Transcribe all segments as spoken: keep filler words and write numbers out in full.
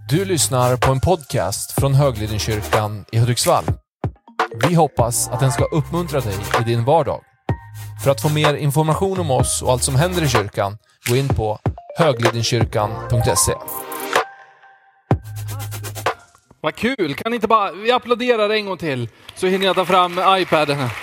Du lyssnar på en podcast från Höglidenkyrkan i Hudiksvall. Vi hoppas att den ska uppmuntra dig i din vardag. För att få mer information om oss och allt som händer i kyrkan, gå in på höglidenkyrkan punkt se. Vad kul, kan inte bara, vi applåderar en gång till så hinner jag ta fram iPaden här.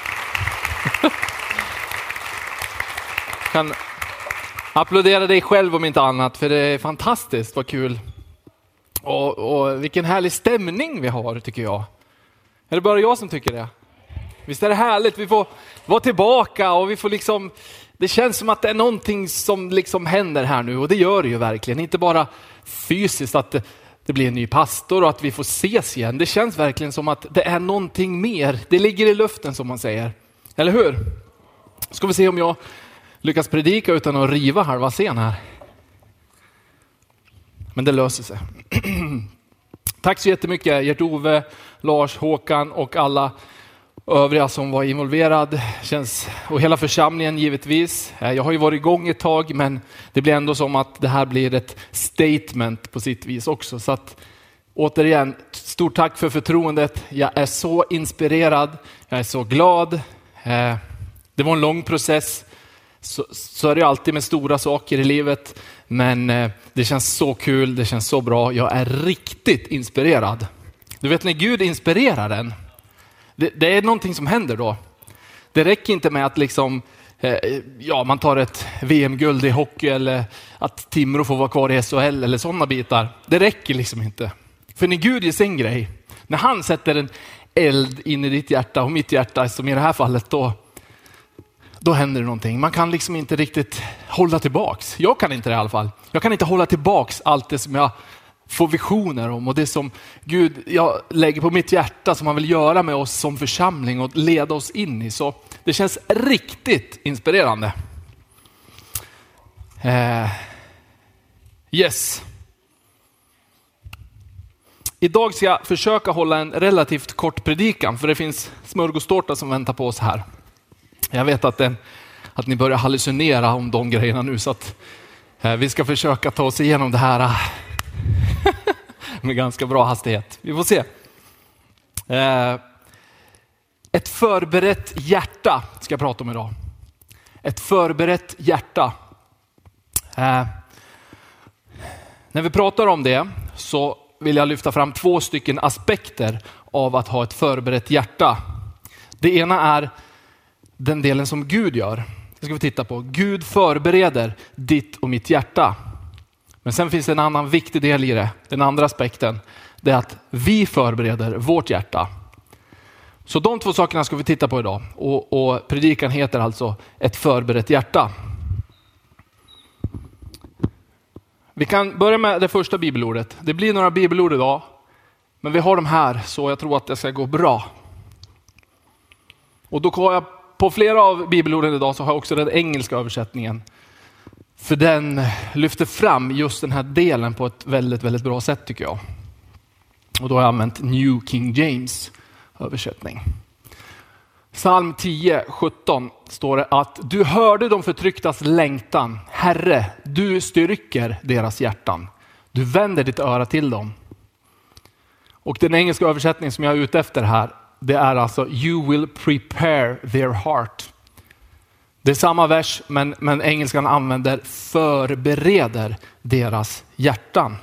Kan applådera dig själv om inte annat, för det är fantastiskt, vad kul. Och, och vilken härlig stämning vi har, tycker jag. Är det bara jag som tycker det? Visst är det härligt, vi får vara tillbaka och vi får liksom, det känns som att det är någonting som liksom händer här nu, och det gör det ju verkligen. Inte bara fysiskt att det, det blir en ny pastor och att vi får ses igen. Det känns verkligen som att det är någonting mer. Det ligger i luften, som man säger. Eller hur? Ska vi se om jag lyckas predika utan att riva halva scen här. Men det löser sig. Tack så jättemycket Gert-Ove, Lars, Håkan och alla övriga som var involverad. Känns, och hela församlingen givetvis. Jag har ju varit igång ett tag, men det blir ändå som att det här blir ett statement på sitt vis också. Så att återigen, stort tack för förtroendet. Jag är så inspirerad. Jag är så glad. Det var en lång process. Så, så är det alltid med stora saker i livet. Men eh, det känns så kul, det känns så bra. Jag är riktigt inspirerad. Du vet, när Gud inspirerar en, det, det är någonting som händer då. Det räcker inte med att liksom, eh, ja, man tar ett V M-guld i hockey eller att Timrå får vara kvar i S H L eller sådana bitar. Det räcker liksom inte. För när Gud gör sin grej, när han sätter en eld in i ditt hjärta och mitt hjärta, som i det här fallet då, då händer det någonting. Man kan liksom inte riktigt hålla tillbaks. Jag kan inte det i alla fall. Jag kan inte hålla tillbaks allt det som jag får visioner om och det som Gud jag lägger på mitt hjärta som han vill göra med oss som församling och leda oss in i. Så det känns riktigt inspirerande. Eh, yes. Idag ska jag försöka hålla en relativt kort predikan, för det finns smörgåstårta som väntar på oss här. Jag vet att, den, att ni börjar hallucinera om de grejerna nu, så att eh, vi ska försöka ta oss igenom det här eh, med ganska bra hastighet. Vi får se. Eh, ett förberett hjärta ska jag prata om idag. Ett förberett hjärta. Eh, när vi pratar om det så vill jag lyfta fram två stycken aspekter av att ha ett förberett hjärta. Det ena är den delen som Gud gör. Det ska vi titta på. Gud förbereder ditt och mitt hjärta. Men sen finns det en annan viktig del i det. Den andra aspekten, det är att vi förbereder vårt hjärta. Så de två sakerna ska vi titta på idag. Och, och predikan heter alltså ett förberett hjärta. Vi kan börja med det första bibelordet. Det blir några bibelord idag, men vi har de här, så jag tror att det ska gå bra. Och då har jag på flera av bibelorden idag så har jag också den engelska översättningen. För den lyfter fram just den här delen på ett väldigt, väldigt bra sätt, tycker jag. Och då har jag använt New King James översättning. Psalm tio sjutton står det att du hörde de förtrycktas längtan. Herre, du styrker deras hjärtan. Du vänder ditt öra till dem. Och den engelska översättningen som jag är ute efter här, det är alltså you will prepare their heart. Det är samma vers, men, men engelskan använder förbereder deras hjärtan.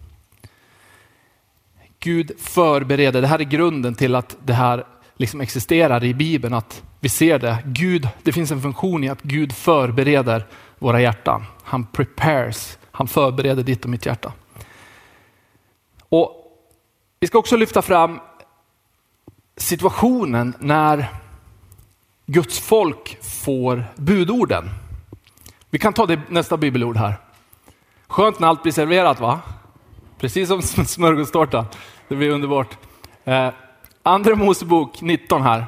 Gud förbereder. Det här är grunden till att det här liksom existerar i Bibeln, att vi ser det. Gud, det finns en funktion i att Gud förbereder våra hjärtan. Han prepares. Han förbereder ditt och mitt hjärta. Och vi ska också lyfta fram situationen när Guds folk får budorden. Vi kan ta det nästa bibelord här. Skönt när allt blir serverat, va? Precis som smörgåstårta. Det blir underbart. Eh, Andra Mosebok nitton här.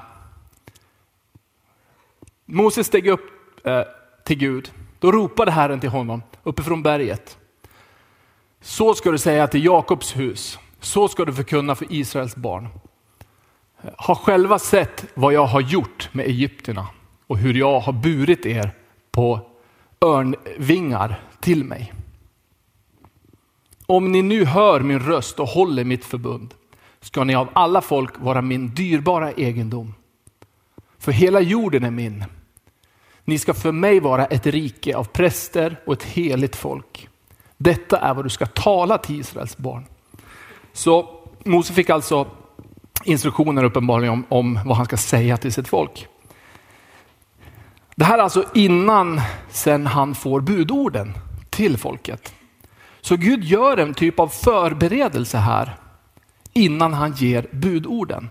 Moses steg upp eh, till Gud. Då ropade Herren till honom uppifrån berget. Så ska du säga till Jakobs hus. Så ska du förkunna för Israels barn. Har själva sett vad jag har gjort med egyptierna och hur jag har burit er på örnvingar till mig. Om ni nu hör min röst och håller mitt förbund, ska ni av alla folk vara min dyrbara egendom. För hela jorden är min. Ni ska för mig vara ett rike av präster och ett heligt folk. Detta är vad du ska tala till Israels barn. Så Mose fick alltså instruktioner uppenbarligen om, om vad han ska säga till sitt folk. Det här är alltså innan sen han får budorden till folket. Så Gud gör en typ av förberedelse här innan han ger budorden.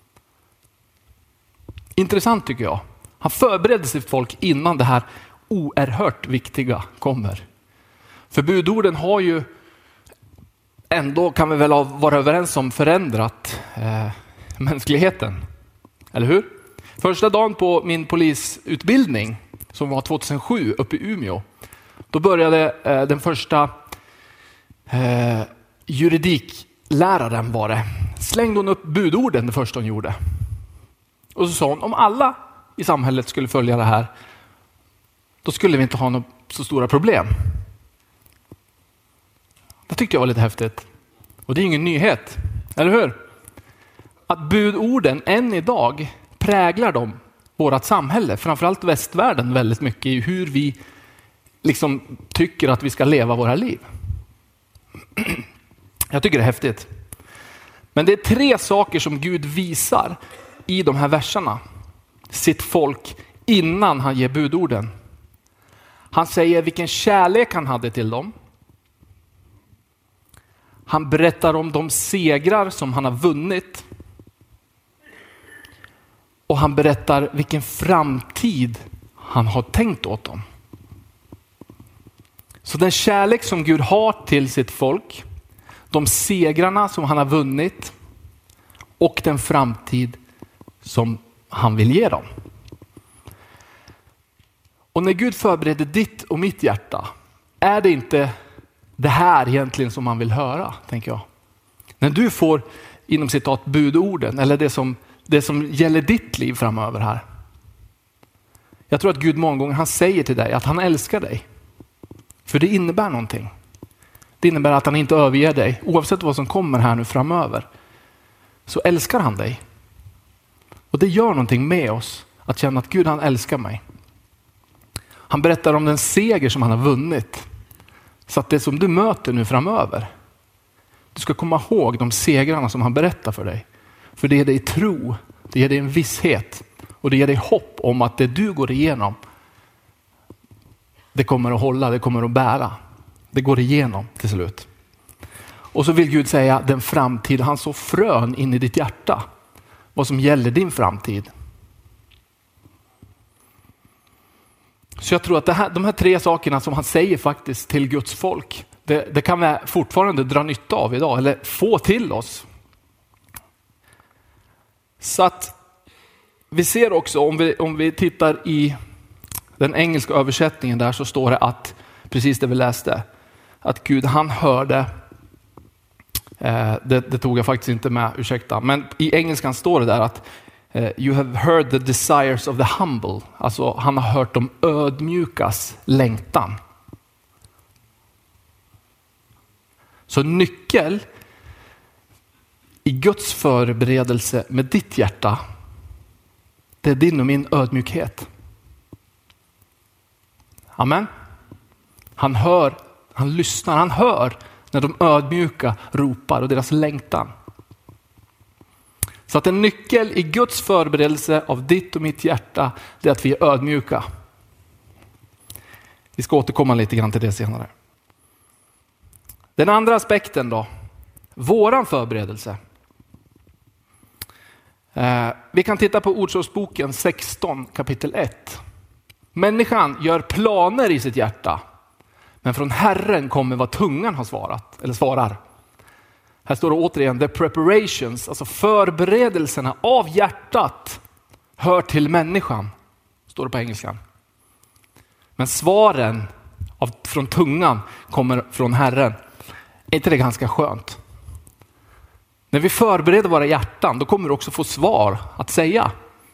Intressant tycker jag. Han förbereder sitt folk innan det här oerhört viktiga kommer. För budorden har ju ändå, kan vi väl vara överens om, förändrat eh, mänskligheten. Eller hur? Första dagen på min polisutbildning som var tjugohundrasju uppe i Umeå. Då började eh, den första eh, juridikläraren var det. Slängde hon upp budorden det första hon gjorde. Och så sa hon, om alla i samhället skulle följa det här, då skulle vi inte ha några så stora problem. Det tyckte jag var lite häftigt. Och det är ingen nyhet, eller hur? Att budorden än idag präglar de vårt samhälle, framförallt västvärlden, väldigt mycket i hur vi liksom tycker att vi ska leva våra liv. Jag tycker det är häftigt. Men det är tre saker som Gud visar i de här verserna sitt folk innan han ger budorden. Han säger vilken kärlek han hade till dem. Han berättar om de segrar som han har vunnit. Och han berättar vilken framtid han har tänkt åt dem. Så den kärlek som Gud har till sitt folk, de segrarna som han har vunnit och den framtid som han vill ge dem. Och när Gud förbereder ditt och mitt hjärta, är det inte det här egentligen som man vill höra, tänker jag. När du får inom citat budorden eller det som, det som gäller ditt liv framöver här. Jag tror att Gud många gånger han säger till dig att han älskar dig. För det innebär någonting. Det innebär att han inte överger dig. Oavsett vad som kommer här nu framöver så älskar han dig. Och det gör någonting med oss att känna att Gud han älskar mig. Han berättar om den seger som han har vunnit. Så att det som du möter nu framöver, du ska komma ihåg de segrarna som han berättar för dig. För det ger dig tro, det ger dig en visshet och det ger dig hopp om att det du går igenom, det kommer att hålla, det kommer att bära. Det går igenom till slut. Och så vill Gud säga den framtid, han så frön in i ditt hjärta. Vad som gäller din framtid. Så jag tror att det här, de här tre sakerna som han säger faktiskt till Guds folk, det, det kan vi fortfarande dra nytta av idag, eller få till oss. Så att vi ser också, om vi, om vi tittar i den engelska översättningen där, så står det att, precis det vi läste, att Gud han hörde, eh, det, det tog jag faktiskt inte med, ursäkta, men i engelskan står det där att eh, you have heard the desires of the humble, alltså han har hört de ödmjukas längtan. Så nyckel i Guds förberedelse med ditt hjärta, det är din och min ödmjukhet. Amen. Han hör, han lyssnar, han hör när de ödmjuka ropar och deras längtan. Så att en nyckel i Guds förberedelse av ditt och mitt hjärta, det är att vi är ödmjuka. Vi ska återkomma lite grann till det senare. Den andra aspekten då, våran förberedelse. Eh, vi kan titta på Ordspråksboken sexton kapitel ett. Människan gör planer i sitt hjärta, men från Herren kommer vad tungan har svarat eller svarar. Här står det återigen the preparations, alltså förberedelserna av hjärtat hör till människan, står det på engelskan. Men svaren av, från tungan kommer från Herren. Är inte det ganska skönt? När vi förbereder våra hjärtan, då kommer du också få svar att säga.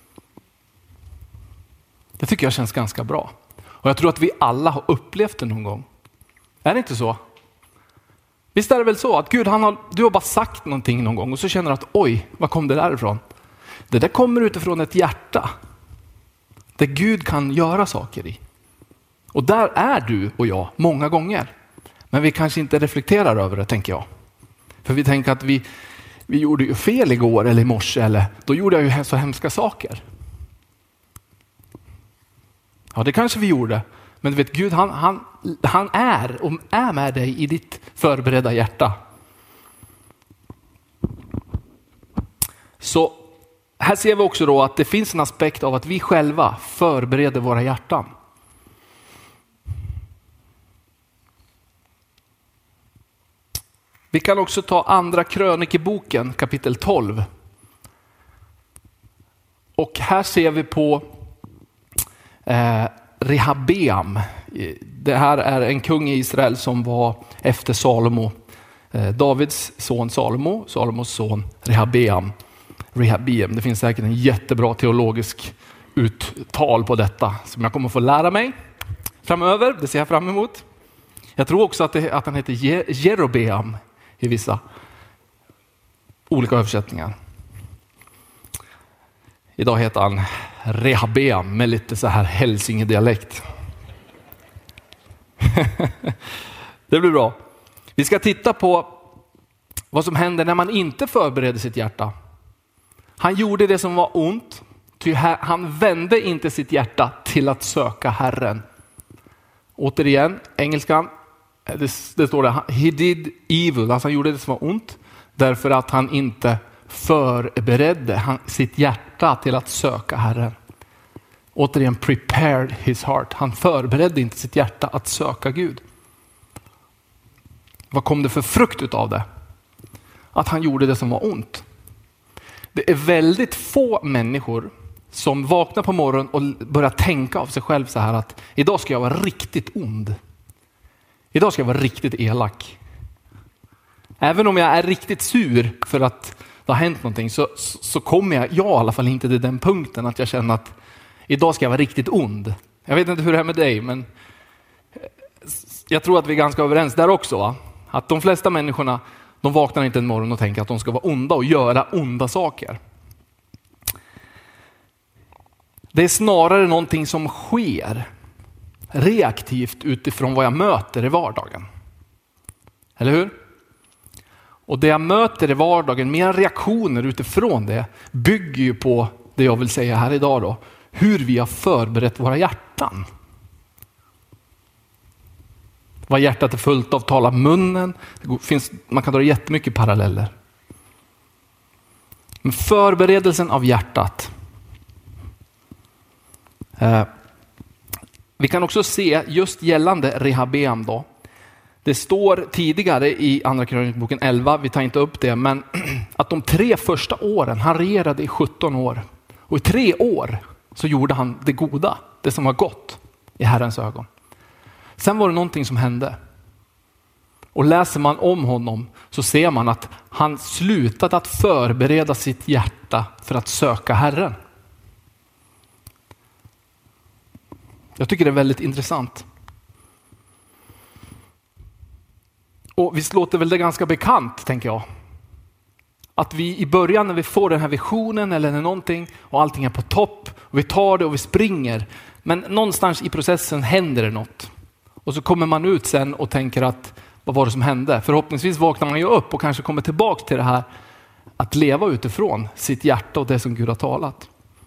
Det tycker jag känns ganska bra. Och jag tror att vi alla har upplevt det någon gång. Är det inte så? Visst är det väl så att Gud, han har, du har bara sagt någonting någon gång och så känner du att oj, vad kom det därifrån? Det där kommer utifrån ett hjärta där Gud kan göra saker i. Och där är du och jag många gånger. Men vi kanske inte reflekterar över det, tänker jag. För vi tänker att vi, vi gjorde ju fel igår eller i morse, eller då gjorde jag ju så hemska saker. Ja, det kanske vi gjorde. Men du vet, Gud han, han, han är och är med dig i ditt förberedda hjärta. Så här ser vi också då att det finns en aspekt av att vi själva förbereder våra hjärtan. Vi kan också ta andra krönikeboken kapitel tolv. Och här ser vi på eh, Rehabeam. Det här är en kung i Israel som var efter Salomo. Eh, Davids son Salomo, Salomos son Rehabeam. Rehabeam. Det finns säkert en jättebra teologisk uttal på detta som jag kommer få lära mig framöver. Det ser jag fram emot. Jag tror också att, det, att han heter Je- Jerobeam i vissa olika översättningar. Idag heter han Rehabeam med lite så här hälsingedialekt. Det blir bra. Vi ska titta på vad som händer när man inte förbereder sitt hjärta. Han gjorde det som var ont, ty han vände inte sitt hjärta till att söka Herren. Återigen, engelskan, det, det står det, he did evil, alltså han gjorde det som var ont, därför att han inte förberedde han, sitt hjärta till att söka Herren. Återigen, prepared his heart. Han förberedde inte sitt hjärta att söka Gud. Vad kom det för frukt utav det? Att han gjorde det som var ont. Det är väldigt få människor som vaknar på morgonen och börjar tänka av sig själv så här att idag ska jag vara riktigt ond. Idag ska jag vara riktigt elak. Även om jag är riktigt sur för att det har hänt någonting så, så kommer jag, jag i alla fall inte till den punkten att jag känner att idag ska jag vara riktigt ond. Jag vet inte hur det är med dig, men jag tror att vi är ganska överens där också, va? Att de flesta människorna, de vaknar inte en morgon och tänker att de ska vara onda och göra onda saker. Det är snarare någonting som sker reaktivt utifrån vad jag möter i vardagen. Eller hur? Och det jag möter i vardagen, mina reaktioner utifrån det, bygger ju på det jag vill säga här idag då. Hur vi har förberett våra hjärtan. Vad hjärtat är fullt av talar munnen. Det finns, man kan dra jättemycket paralleller. Men förberedelsen av hjärtat. Eh, vi kan också se just gällande Rehabeam då. Det står tidigare i andra krönikeboken elva, vi tar inte upp det, men att de tre första åren, han regerade i sjutton år. Och i tre år så gjorde han det goda, det som var gott i Herrens ögon. Sen var det någonting som hände. Och läser man om honom så ser man att han slutade att förbereda sitt hjärta för att söka Herren. Jag tycker det är väldigt intressant. Och visst låter väl det ganska bekant, tänker jag. Att vi i början när vi får den här visionen eller när någonting och allting är på topp och vi tar det och vi springer. Men någonstans i processen händer det något. Och så kommer man ut sen och tänker att vad var det som hände? Förhoppningsvis vaknar man ju upp och kanske kommer tillbaka till det här att leva utifrån sitt hjärta och det som Gud har talat.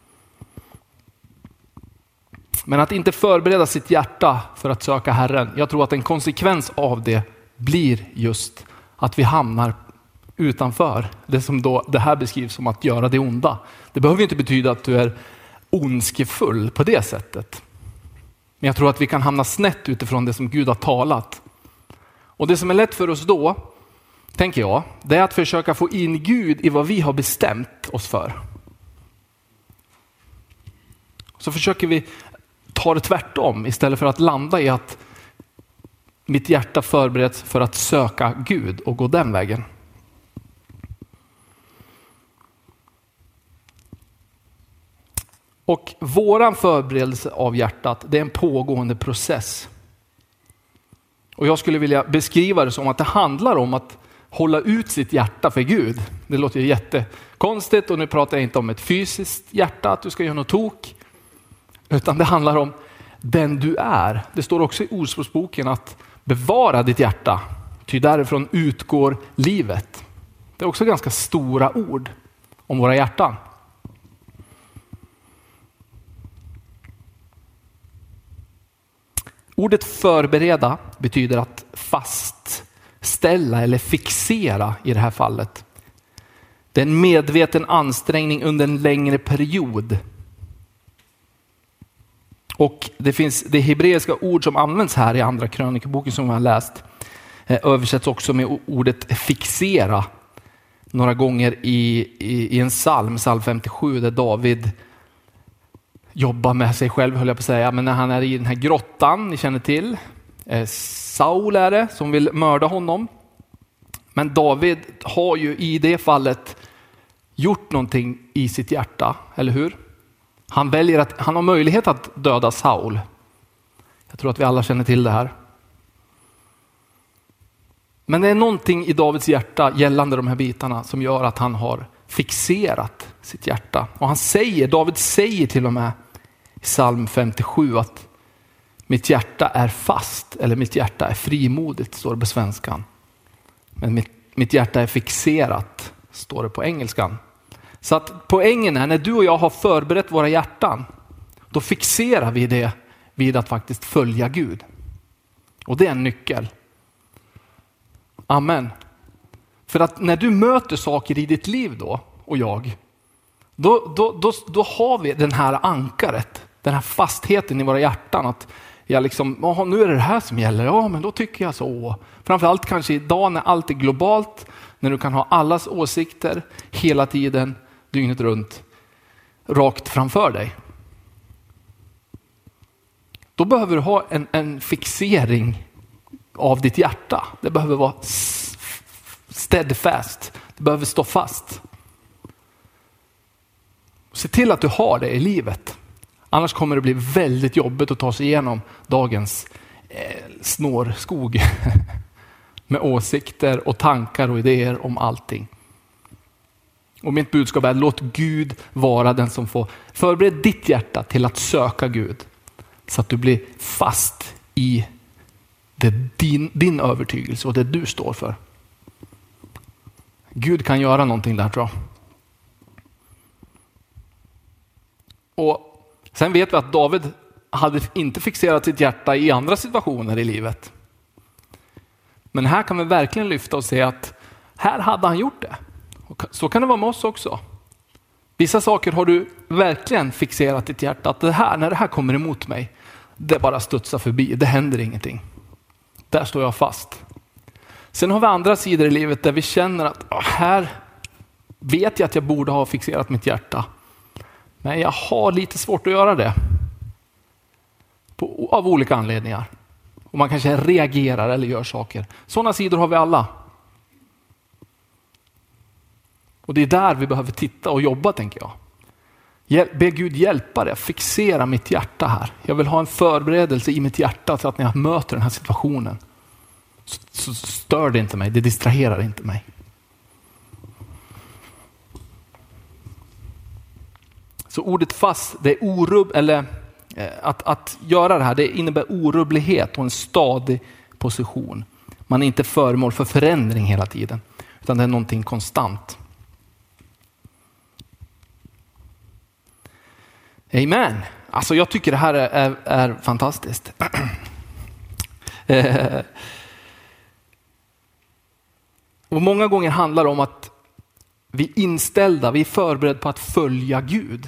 Men att inte förbereda sitt hjärta för att söka Herren. Jag tror att en konsekvens av det blir just att vi hamnar utanför. Det som då det här beskrivs som att göra det onda. Det behöver inte betyda att du är ondskefull på det sättet. Men jag tror att vi kan hamna snett utifrån det som Gud har talat. Och det som är lätt för oss då, tänker jag, det är att försöka få in Gud i vad vi har bestämt oss för. Så försöker vi ta det tvärtom istället för att landa i att mitt hjärta förbereds för att söka Gud och gå den vägen. Och våran förberedelse av hjärtat, det är en pågående process. Och Och jag skulle vilja beskriva det som att det handlar om att hålla ut sitt hjärta för Gud. Det låter ju jättekonstigt och nu pratar jag inte om ett fysiskt hjärta, att du ska göra något tok. Utan det handlar om den du är. Det står också i Ordspråksboken att bevara ditt hjärta, ty därifrån utgår livet. Det är också ganska stora ord om våra hjärtan. Ordet förbereda betyder att fastställa eller fixera i det här fallet. Det är en medveten ansträngning under en längre period. Och det finns det hebreiska ord som används här i andra krönikeboken som vi har läst. Översätts också med ordet fixera några gånger i, i, i en psalm, psalm femtiosju, där David jobbar med sig själv, höll jag på att säga. Men när han är i den här grottan, ni känner till. Eh, Saul är det som vill mörda honom. Men David har ju i det fallet gjort någonting i sitt hjärta, eller hur? Han väljer att, han har möjlighet att döda Saul. Jag tror att vi alla känner till det här. Men det är någonting i Davids hjärta gällande de här bitarna som gör att han har fixerat sitt hjärta. Och han säger, David säger till och med i psalm femtiosju att mitt hjärta är fast, eller mitt hjärta är frimodigt, står det på svenskan. Men mitt, mitt hjärta är fixerat, står det på engelskan. Så att poängen är, när du och jag har förberett våra hjärtan, då fixerar vi det vid att faktiskt följa Gud. Och det är en nyckel. Amen. För att när du möter saker i ditt liv då, och jag, då, då, då, då har vi den här ankaret, den här fastheten i våra hjärtan. Att jag liksom, oh, nu är det det här som gäller, ja men då tycker jag så. Framförallt kanske idag när allt är globalt, när du kan ha allas åsikter hela tiden, dygnet runt, rakt framför dig. Då behöver du ha en, en fixering av ditt hjärta. Det behöver vara steadfast. Det behöver stå fast. Se till att du har det i livet. Annars kommer det bli väldigt jobbigt att ta sig igenom dagens eh, snårskog med åsikter och tankar och idéer om allting. Och mitt budskap är: låt Gud vara den som får förbereda ditt hjärta till att söka Gud. Så att du blir fast i det din, din övertygelse och det du står för. Gud kan göra någonting där, tror jag. Och sen vet vi att David hade inte fixerat sitt hjärta i andra situationer i livet. Men här kan vi verkligen lyfta och se att här hade han gjort det. Och så kan det vara med oss också. Vissa saker har du verkligen fixerat ditt hjärta. Att det här, när det här kommer emot mig, det bara studsar förbi. Det händer ingenting. Där står jag fast. Sen har vi andra sidor i livet där vi känner att här vet jag att jag borde ha fixerat mitt hjärta. Men jag har lite svårt att göra det. På, av olika anledningar. Och man kanske reagerar eller gör saker. Sådana sidor har vi alla. Och det är där vi behöver titta och jobba, tänker jag. Be Gud hjälpa dig att fixera mitt hjärta här. Jag vill ha en förberedelse i mitt hjärta så att när jag möter den här situationen så, så stör det inte mig, det distraherar inte mig. Så ordet fast, det är orubb, eller eh, att, att göra det här, det innebär orubblighet och en stadig position. Man är inte föremål för förändring hela tiden, utan det är någonting konstant. Amen. Alltså jag tycker det här är, är, är fantastiskt. Och många gånger handlar det om att vi är inställda, vi är förberedda på att följa Gud.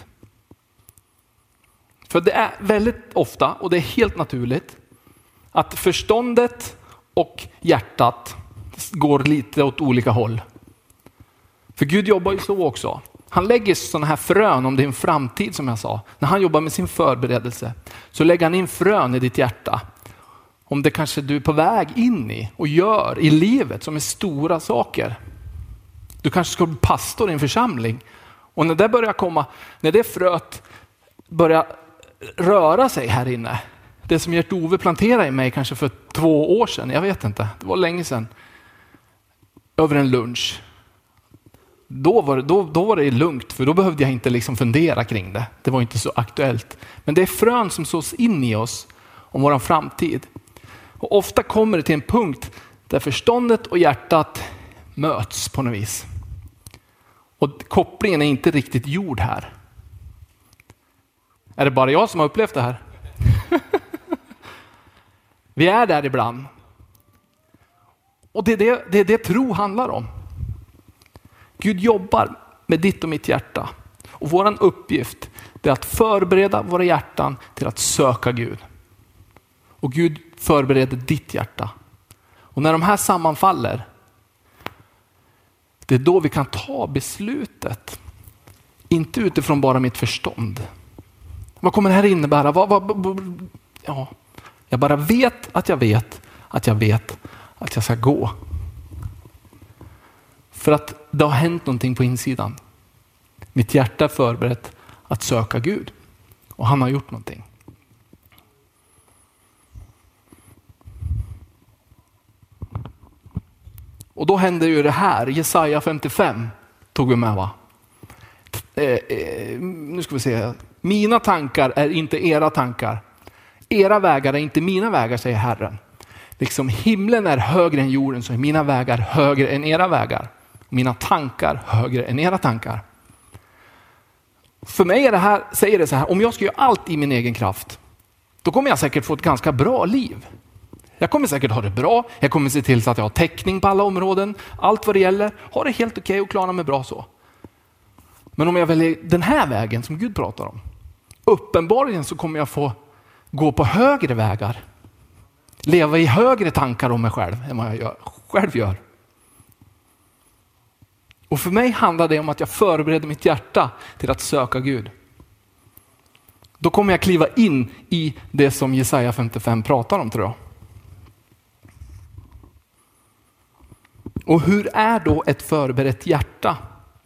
För det är väldigt ofta, och det är helt naturligt, att förståndet och hjärtat går lite åt olika håll. För Gud jobbar ju så också. Han lägger sådana här frön om din framtid, som jag sa. När han jobbar med sin förberedelse så lägger han in frön i ditt hjärta. Om det kanske du är på väg in i och gör i livet som är stora saker. Du kanske ska bli pastor i en församling. Och när det börjar komma, när det fröet börjar röra sig här inne, det som Gert-Ove planterade i mig kanske för två år sedan, jag vet inte, det var länge sedan, över en lunch. Då var, det, då, då var det lugnt, för då behövde jag inte liksom fundera kring det. Det var inte så aktuellt. Men det är frön som sås in i oss om vår framtid. Och ofta kommer det till en punkt där förståndet och hjärtat möts på något vis. Och kopplingen är inte riktigt gjord här. Är det bara jag som har upplevt det här? Vi är där ibland. Och det är det, det är det tro handlar om. Gud jobbar med ditt och mitt hjärta. Och vår uppgift är att förbereda våra hjärtan till att söka Gud. Och Gud förbereder ditt hjärta. Och när de här sammanfaller, det är då vi kan ta beslutet. Inte utifrån bara mitt förstånd. Vad kommer det här innebära? Vad, vad, ja, jag bara vet att jag vet att jag vet att jag ska gå. För att det har hänt någonting på insidan. Mitt hjärta är förberett att söka Gud. Och han har gjort någonting. Och då händer ju det här. Jesaja femtiofem tog vi med, va? Eh, eh, nu ska vi se. Mina tankar är inte era tankar. Era vägar är inte mina vägar, säger Herren. Liksom himlen är högre än jorden, så är mina vägar högre än era vägar. Mina tankar högre än era tankar. För mig är det här, säger det så här, om jag ska göra allt i min egen kraft, då kommer jag säkert få ett ganska bra liv. Jag kommer säkert ha det bra. Jag kommer se till så att jag har täckning på alla områden. Allt vad det gäller. Har det helt okej och klara mig bra så. Men om jag väljer den här vägen som Gud pratar om, uppenbarligen så kommer jag få gå på högre vägar. Leva i högre tankar om mig själv än vad jag gör, själv gör. Och för mig handlar det om att jag förbereder mitt hjärta till att söka Gud. Då kommer jag kliva in i det som Jesaja femtiofem pratar om, tror jag. Och hur är då ett förberett hjärta?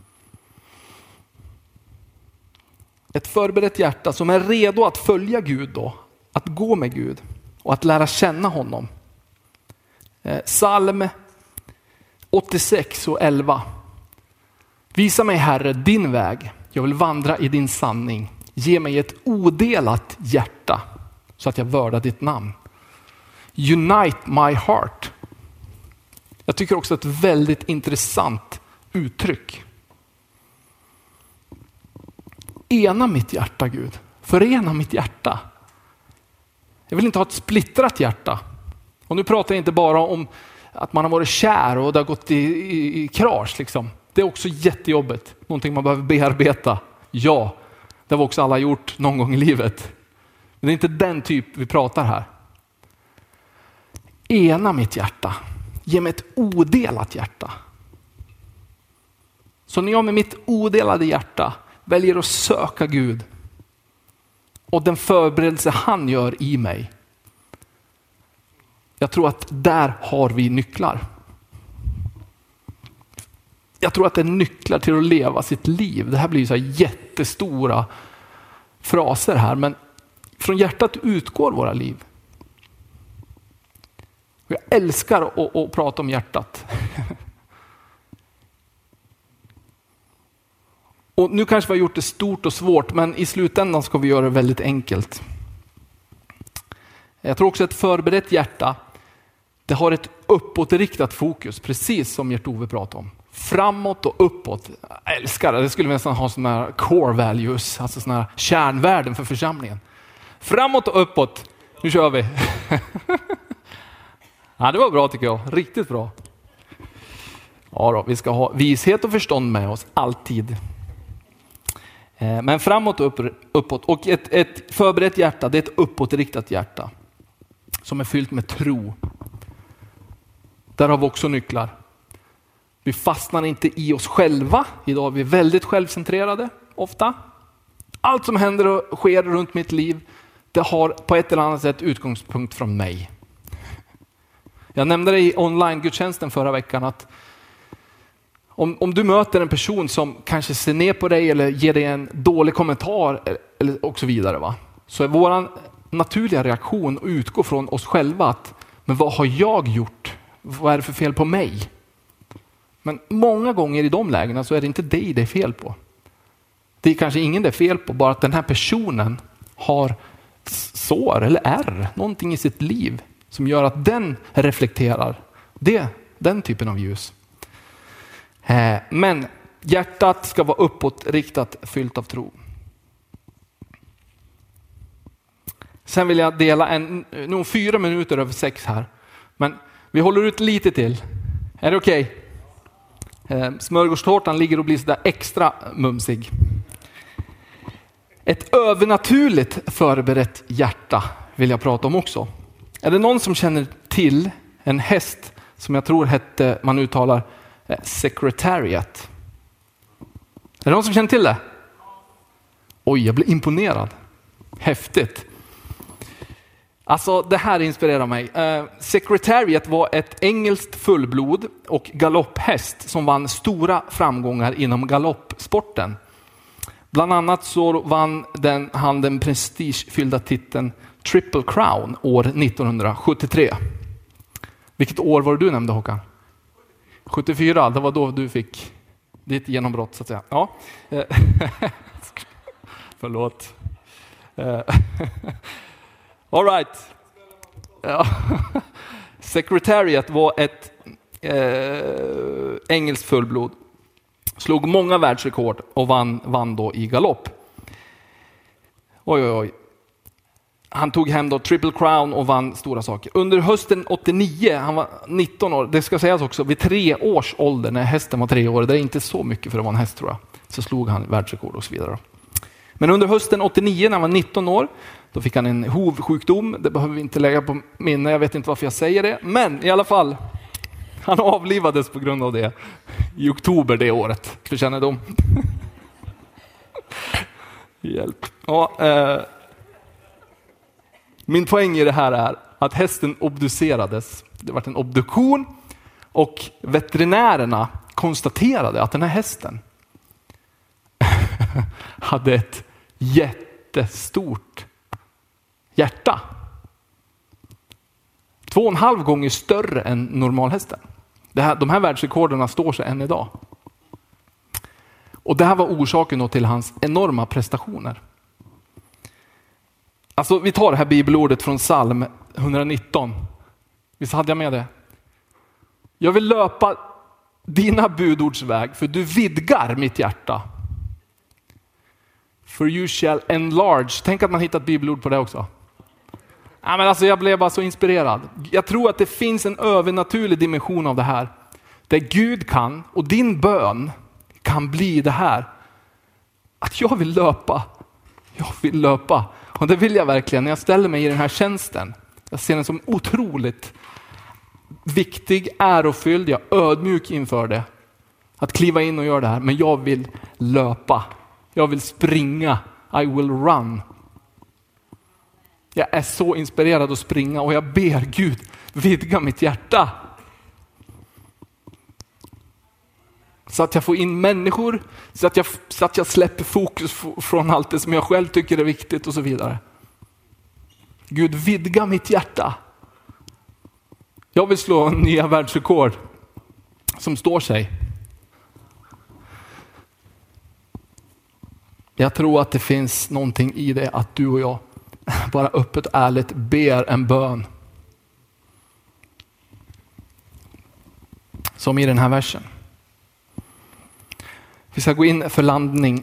Ett förberett hjärta som är redo att följa Gud då. Att gå med Gud och att lära känna honom. Eh, Psalm åttiosex och elva. Visa mig, Herre, din väg. Jag vill vandra i din sanning. Ge mig ett odelat hjärta så att jag vördar ditt namn. Unite my heart. Jag tycker också ett väldigt intressant uttryck. Ena mitt hjärta, Gud. Förena mitt hjärta. Jag vill inte ha ett splittrat hjärta. Och nu pratar jag inte bara om att man har varit kär och det har gått i, i, i krasch. Liksom. Det är också jättejobbigt. Någonting man behöver bearbeta. Ja, det har också alla gjort någon gång i livet. Men det är inte den typ vi pratar här. Ena mitt hjärta. Ge mig ett odelat hjärta. Så när jag med mitt odelade hjärta väljer att söka Gud och den förberedelse han gör i mig. Jag tror att där har vi nycklar. Jag tror att det är nycklar till att leva sitt liv. Det här blir så här jättestora fraser här, men från hjärtat utgår våra liv. Jag älskar att, att prata om hjärtat. Och nu kanske vi har gjort det stort och svårt, men i slutändan ska vi göra det väldigt enkelt. Jag tror också att ett förberett hjärta, det har ett uppåtriktat fokus, precis som Gert-Ove pratade om. Framåt och uppåt. Jag älskar det. Det skulle vi nästan ha sådana här core values, alltså sådana här kärnvärden för församlingen. Framåt och uppåt. Nu kör vi. Ja, det var bra tycker jag. Riktigt bra. Ja då, vi ska ha vishet och förstånd med oss alltid. Men framåt och uppåt. Och ett, ett förberett hjärta, det är ett uppåtriktat hjärta. Som är fyllt med tro. Där har vi också nycklar. Vi fastnar inte i oss själva. Idag är vi väldigt självcentrerade ofta. Allt som händer och sker runt mitt liv, det har på ett eller annat sätt utgångspunkt från mig. Jag nämnde det i online-gudstjänsten förra veckan att om, om du möter en person som kanske ser ner på dig eller ger dig en dålig kommentar eller, och så vidare, va? Så är våran naturliga reaktion att utgå från oss själva att men vad har jag gjort? Vad är det för fel på mig? Men många gånger i de lägena så är det inte dig det är fel på. Det är kanske ingen det är fel på, bara att den här personen har sår eller ärr, någonting i sitt liv som gör att den reflekterar det, den typen av ljus. Eh, men hjärtat ska vara uppåt riktat, fyllt av tro. Sen vill jag dela en, nog fyra minuter över sex här. Men vi håller ut lite till. Är det okej? Okay? Eh, smörgåstårtan ligger och blir sådär extra mumsig. Ett övernaturligt förberett hjärta vill jag prata om också. Är det någon som känner till en häst som jag tror hette, man uttalar eh, Secretariat? Är det någon som känner till det? Oj, jag blir imponerad. Häftigt. Alltså det här inspirerar mig. Eh, Secretariat var ett engelskt fullblod och galopphäst som vann stora framgångar inom galoppsporten. Bland annat så vann den, han den prestigefyllda titeln Triple Crown år nittonhundrasjuttiotre. Vilket år var det du nämnde, Håkan? sjuttiofyra, det var då du fick ditt genombrott så att säga. Ja. Förlåt. All right. Ja. Secretariat var ett eh, engelskt fullblod. Slog många världsrekord och vann, vann då i galopp. Oj, oj, oj. Han tog hem då Triple Crown och vann stora saker. Under hösten åttionio, han var nitton år, det ska sägas också, vid tre års ålder, när hästen var tre år, det är inte så mycket för att vara en häst tror jag, så slog han världsrekord och så vidare. Men under hösten åttionio, när han var nitton år, då fick han en hovsjukdom. Det behöver vi inte lägga på minne, jag vet inte varför jag säger det. Men i alla fall, han avlivades på grund av det i oktober det året. För kännedom. Hjälp. Ja, eh, min poäng i det här är att hästen obducerades. Det var en obduktion och veterinärerna konstaterade att den här hästen hade ett jättestort hjärta. Två och en halv gånger större än normalhästen. Det här, de här världsrekorderna står sig än idag. Och det här var orsaken då till hans enorma prestationer. Alltså vi tar det här bibelordet från psalm etthundranitton. Visst hade jag med det? Jag vill löpa dina budordsväg, för du vidgar mitt hjärta. For you shall enlarge. Tänk att man hittat bibelord på det också. Ja, men alltså jag blev bara så inspirerad. Jag tror att det finns en övernaturlig dimension av det här. Där Gud kan, och din bön kan bli det här. Att jag vill löpa. Jag vill löpa. Och det vill jag verkligen när jag ställer mig i den här tjänsten. Jag ser den som otroligt viktig, ärofylld. Jag är ödmjuk inför det. Att kliva in och göra det här. Men jag vill löpa. Jag vill springa. I will run. Jag är så inspirerad att springa och jag ber Gud vidga mitt hjärta. Så att jag får in människor, så att jag, så att jag släpper fokus f- från allt det som jag själv tycker är viktigt och så vidare. Gud, vidga mitt hjärta. Jag vill slå nya världsrekord som står sig. Jag tror att det finns någonting i det att du och jag bara öppet och ärligt ber en bön. Som i den här versen. Vi ska gå in för landning.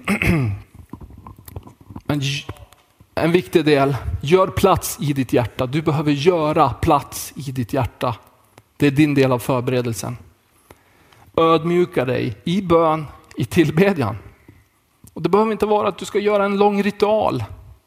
En, en viktig del. Gör plats i ditt hjärta. Du behöver göra plats i ditt hjärta. Det är din del av förberedelsen. Ödmjuka dig i bön, i tillbedjan. Och det behöver inte vara att du ska göra en lång ritual.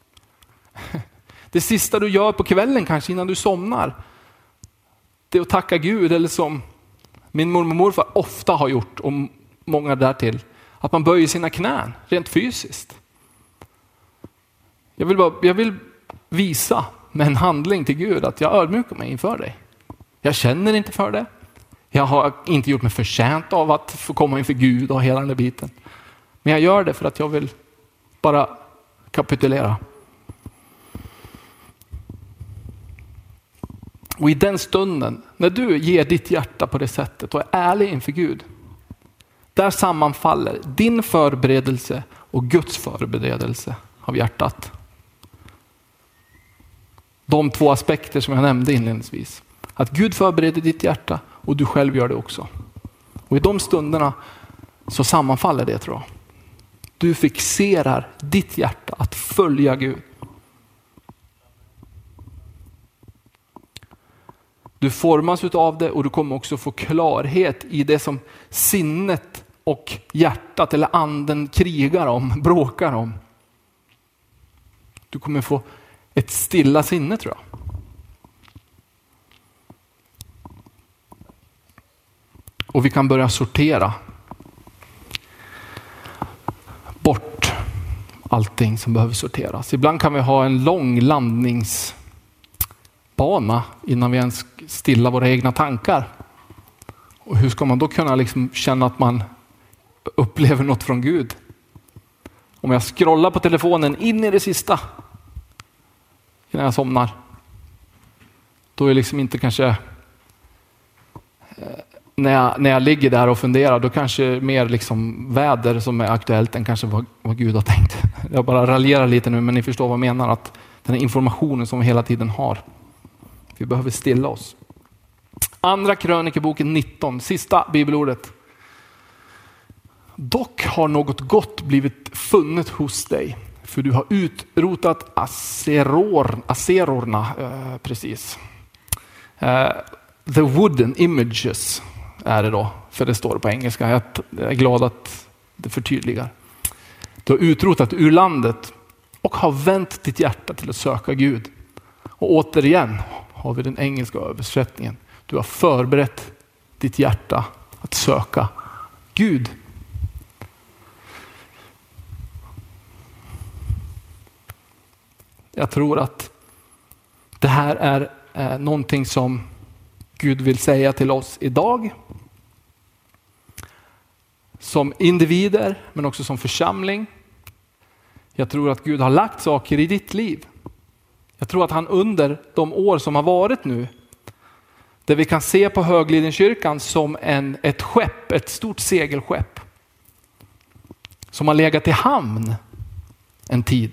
Det sista du gör på kvällen kanske innan du somnar, det är att tacka Gud, eller som min mormor och morfar ofta har gjort och många därtill, att man böjer sina knän rent fysiskt. Jag vill, bara, jag vill visa med en handling till Gud att jag ödmjukar mig inför dig. Jag känner inte för det. Jag har inte gjort mig förtjänt av att få komma inför Gud och hela den där biten. Men jag gör det för att jag vill bara kapitulera. Och i den stunden, när du ger ditt hjärta på det sättet och är ärlig inför Gud, där sammanfaller din förberedelse och Guds förberedelse av hjärtat. De två aspekter som jag nämnde inledningsvis. Att Gud förbereder ditt hjärta och du själv gör det också. Och i de stunderna så sammanfaller det, tror jag. Du fixerar ditt hjärta att följa Gud. Du formas utav det och du kommer också få klarhet i det som sinnet och hjärtat eller anden krigar om, bråkar om. Du kommer få ett stilla sinne, tror jag. Och vi kan börja sortera bort allting som behöver sorteras. Ibland kan vi ha en lång landningsbana innan vi ens stillar våra egna tankar. Och hur ska man då kunna liksom känna att man upplever något från Gud? Om jag scrollar på telefonen in i det sista innan jag somnar, då är liksom inte kanske när jag, när jag ligger där och funderar, då kanske mer liksom väder som är aktuellt än kanske vad, vad Gud har tänkt. Jag bara raljerar lite nu, men ni förstår vad jag menar, att den här informationen som vi hela tiden har, vi behöver stilla oss. Andra krönikeboken nitton, sista bibelordet. Dock har något gott blivit funnet hos dig, för du har utrotat aseror, aserorna, eh, precis. Eh, the wooden images är det då, för det står på engelska. Jag är glad att det förtydligar. Du har utrotat ur landet och har vänt ditt hjärta till att söka Gud. Och återigen har vi den engelska översättningen. Du har förberett ditt hjärta att söka Gud. Jag tror att det här är eh, någonting som Gud vill säga till oss idag. Som individer, men också som församling. Jag tror att Gud har lagt saker i ditt liv. Jag tror att han under de år som har varit nu, där vi kan se på Höglidenkyrkan som en, ett skepp, ett stort segelskepp, som har legat i hamn en tid.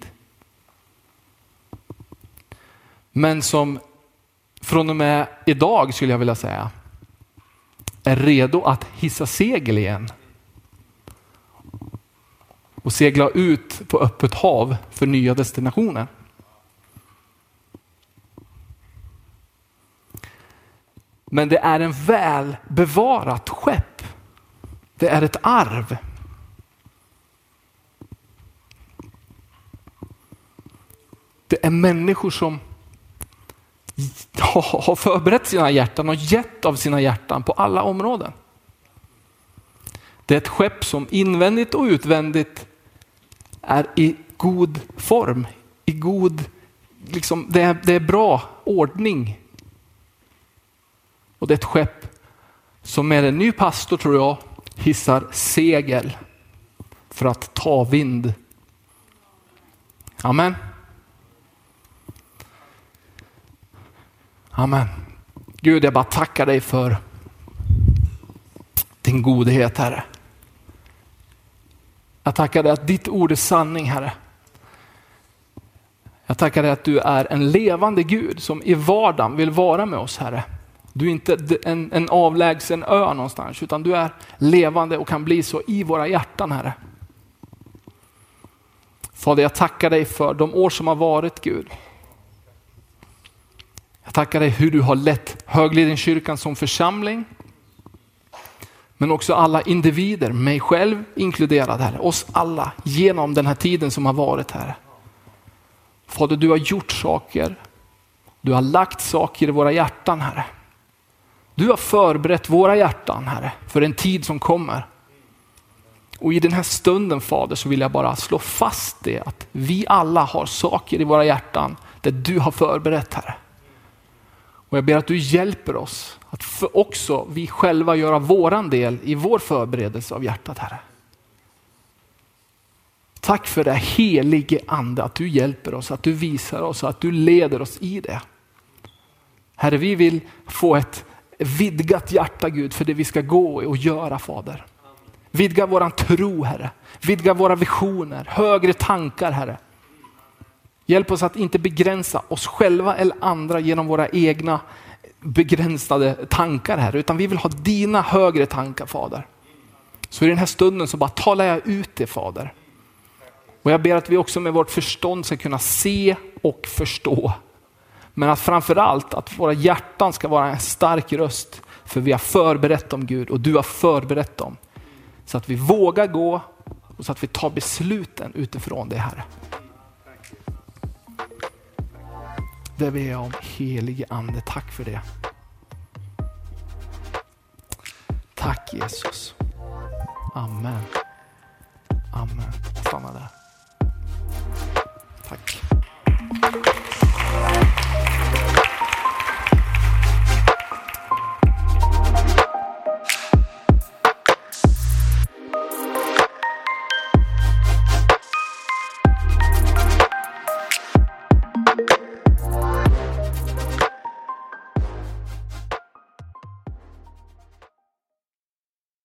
Men som från och med idag, skulle jag vilja säga, är redo att hissa segel igen. Och segla ut på öppet hav för nya destinationer. Men det är en väl bevarat skepp. Det är ett arv. Det är människor som har förberett sina hjärtan och gett av sina hjärtan på alla områden. Det är ett skepp som invändigt och utvändigt är i god form, i god, liksom, det är, det är bra ordning. Och det är ett skepp som med en ny pastor, tror jag, hissar segel för att ta vind. Amen. Amen. Gud, jag bara tackar dig för din godhet, Herre. Jag tackar dig att ditt ord är sanning, Herre. Jag tackar dig att du är en levande Gud som i vardagen vill vara med oss, Herre. Du är inte en, en avlägsen ö någonstans, utan du är levande och kan bli så i våra hjärtan, Herre. Fader, jag tackar dig för de år som har varit, Gud. Jag tackar dig hur du har lett Höglidenkyrkan som församling. Men också alla individer, mig själv inkluderad, Herre. Oss alla genom den här tiden som har varit, Herre. Fader, du har gjort saker. Du har lagt saker i våra hjärtan, Herre. Du har förberett våra hjärtan, Herre, för en tid som kommer. Och i den här stunden, Fader, så vill jag bara slå fast det, att vi alla har saker i våra hjärtan där du har förberett, Herre. Och jag ber att du hjälper oss att för också vi själva göra våran del i vår förberedelse av hjärtat, Herre. Tack för det helige ande, att du hjälper oss, att du visar oss, att du leder oss i det. Herre, vi vill få ett vidgat hjärta, Gud, för det vi ska gå och göra, Fader. Vidga våran tro, Herre. Vidga våra visioner, högre tankar, Herre. Hjälp oss att inte begränsa oss själva eller andra genom våra egna begränsade tankar, Herre. Utan vi vill ha dina högre tankar, Fader. Så i den här stunden så bara talar jag ut det, Fader. Och jag ber att vi också med vårt förstånd ska kunna se och förstå. Men att framförallt att våra hjärtan ska vara en stark röst. För vi har förberett dem, Gud, och du har förberett dem. Så att vi vågar gå och så att vi tar besluten utifrån det, Herre. Det ber jag om, helige ande. Tack för det. Tack, Jesus. Amen. Amen. Stanna där. Tack.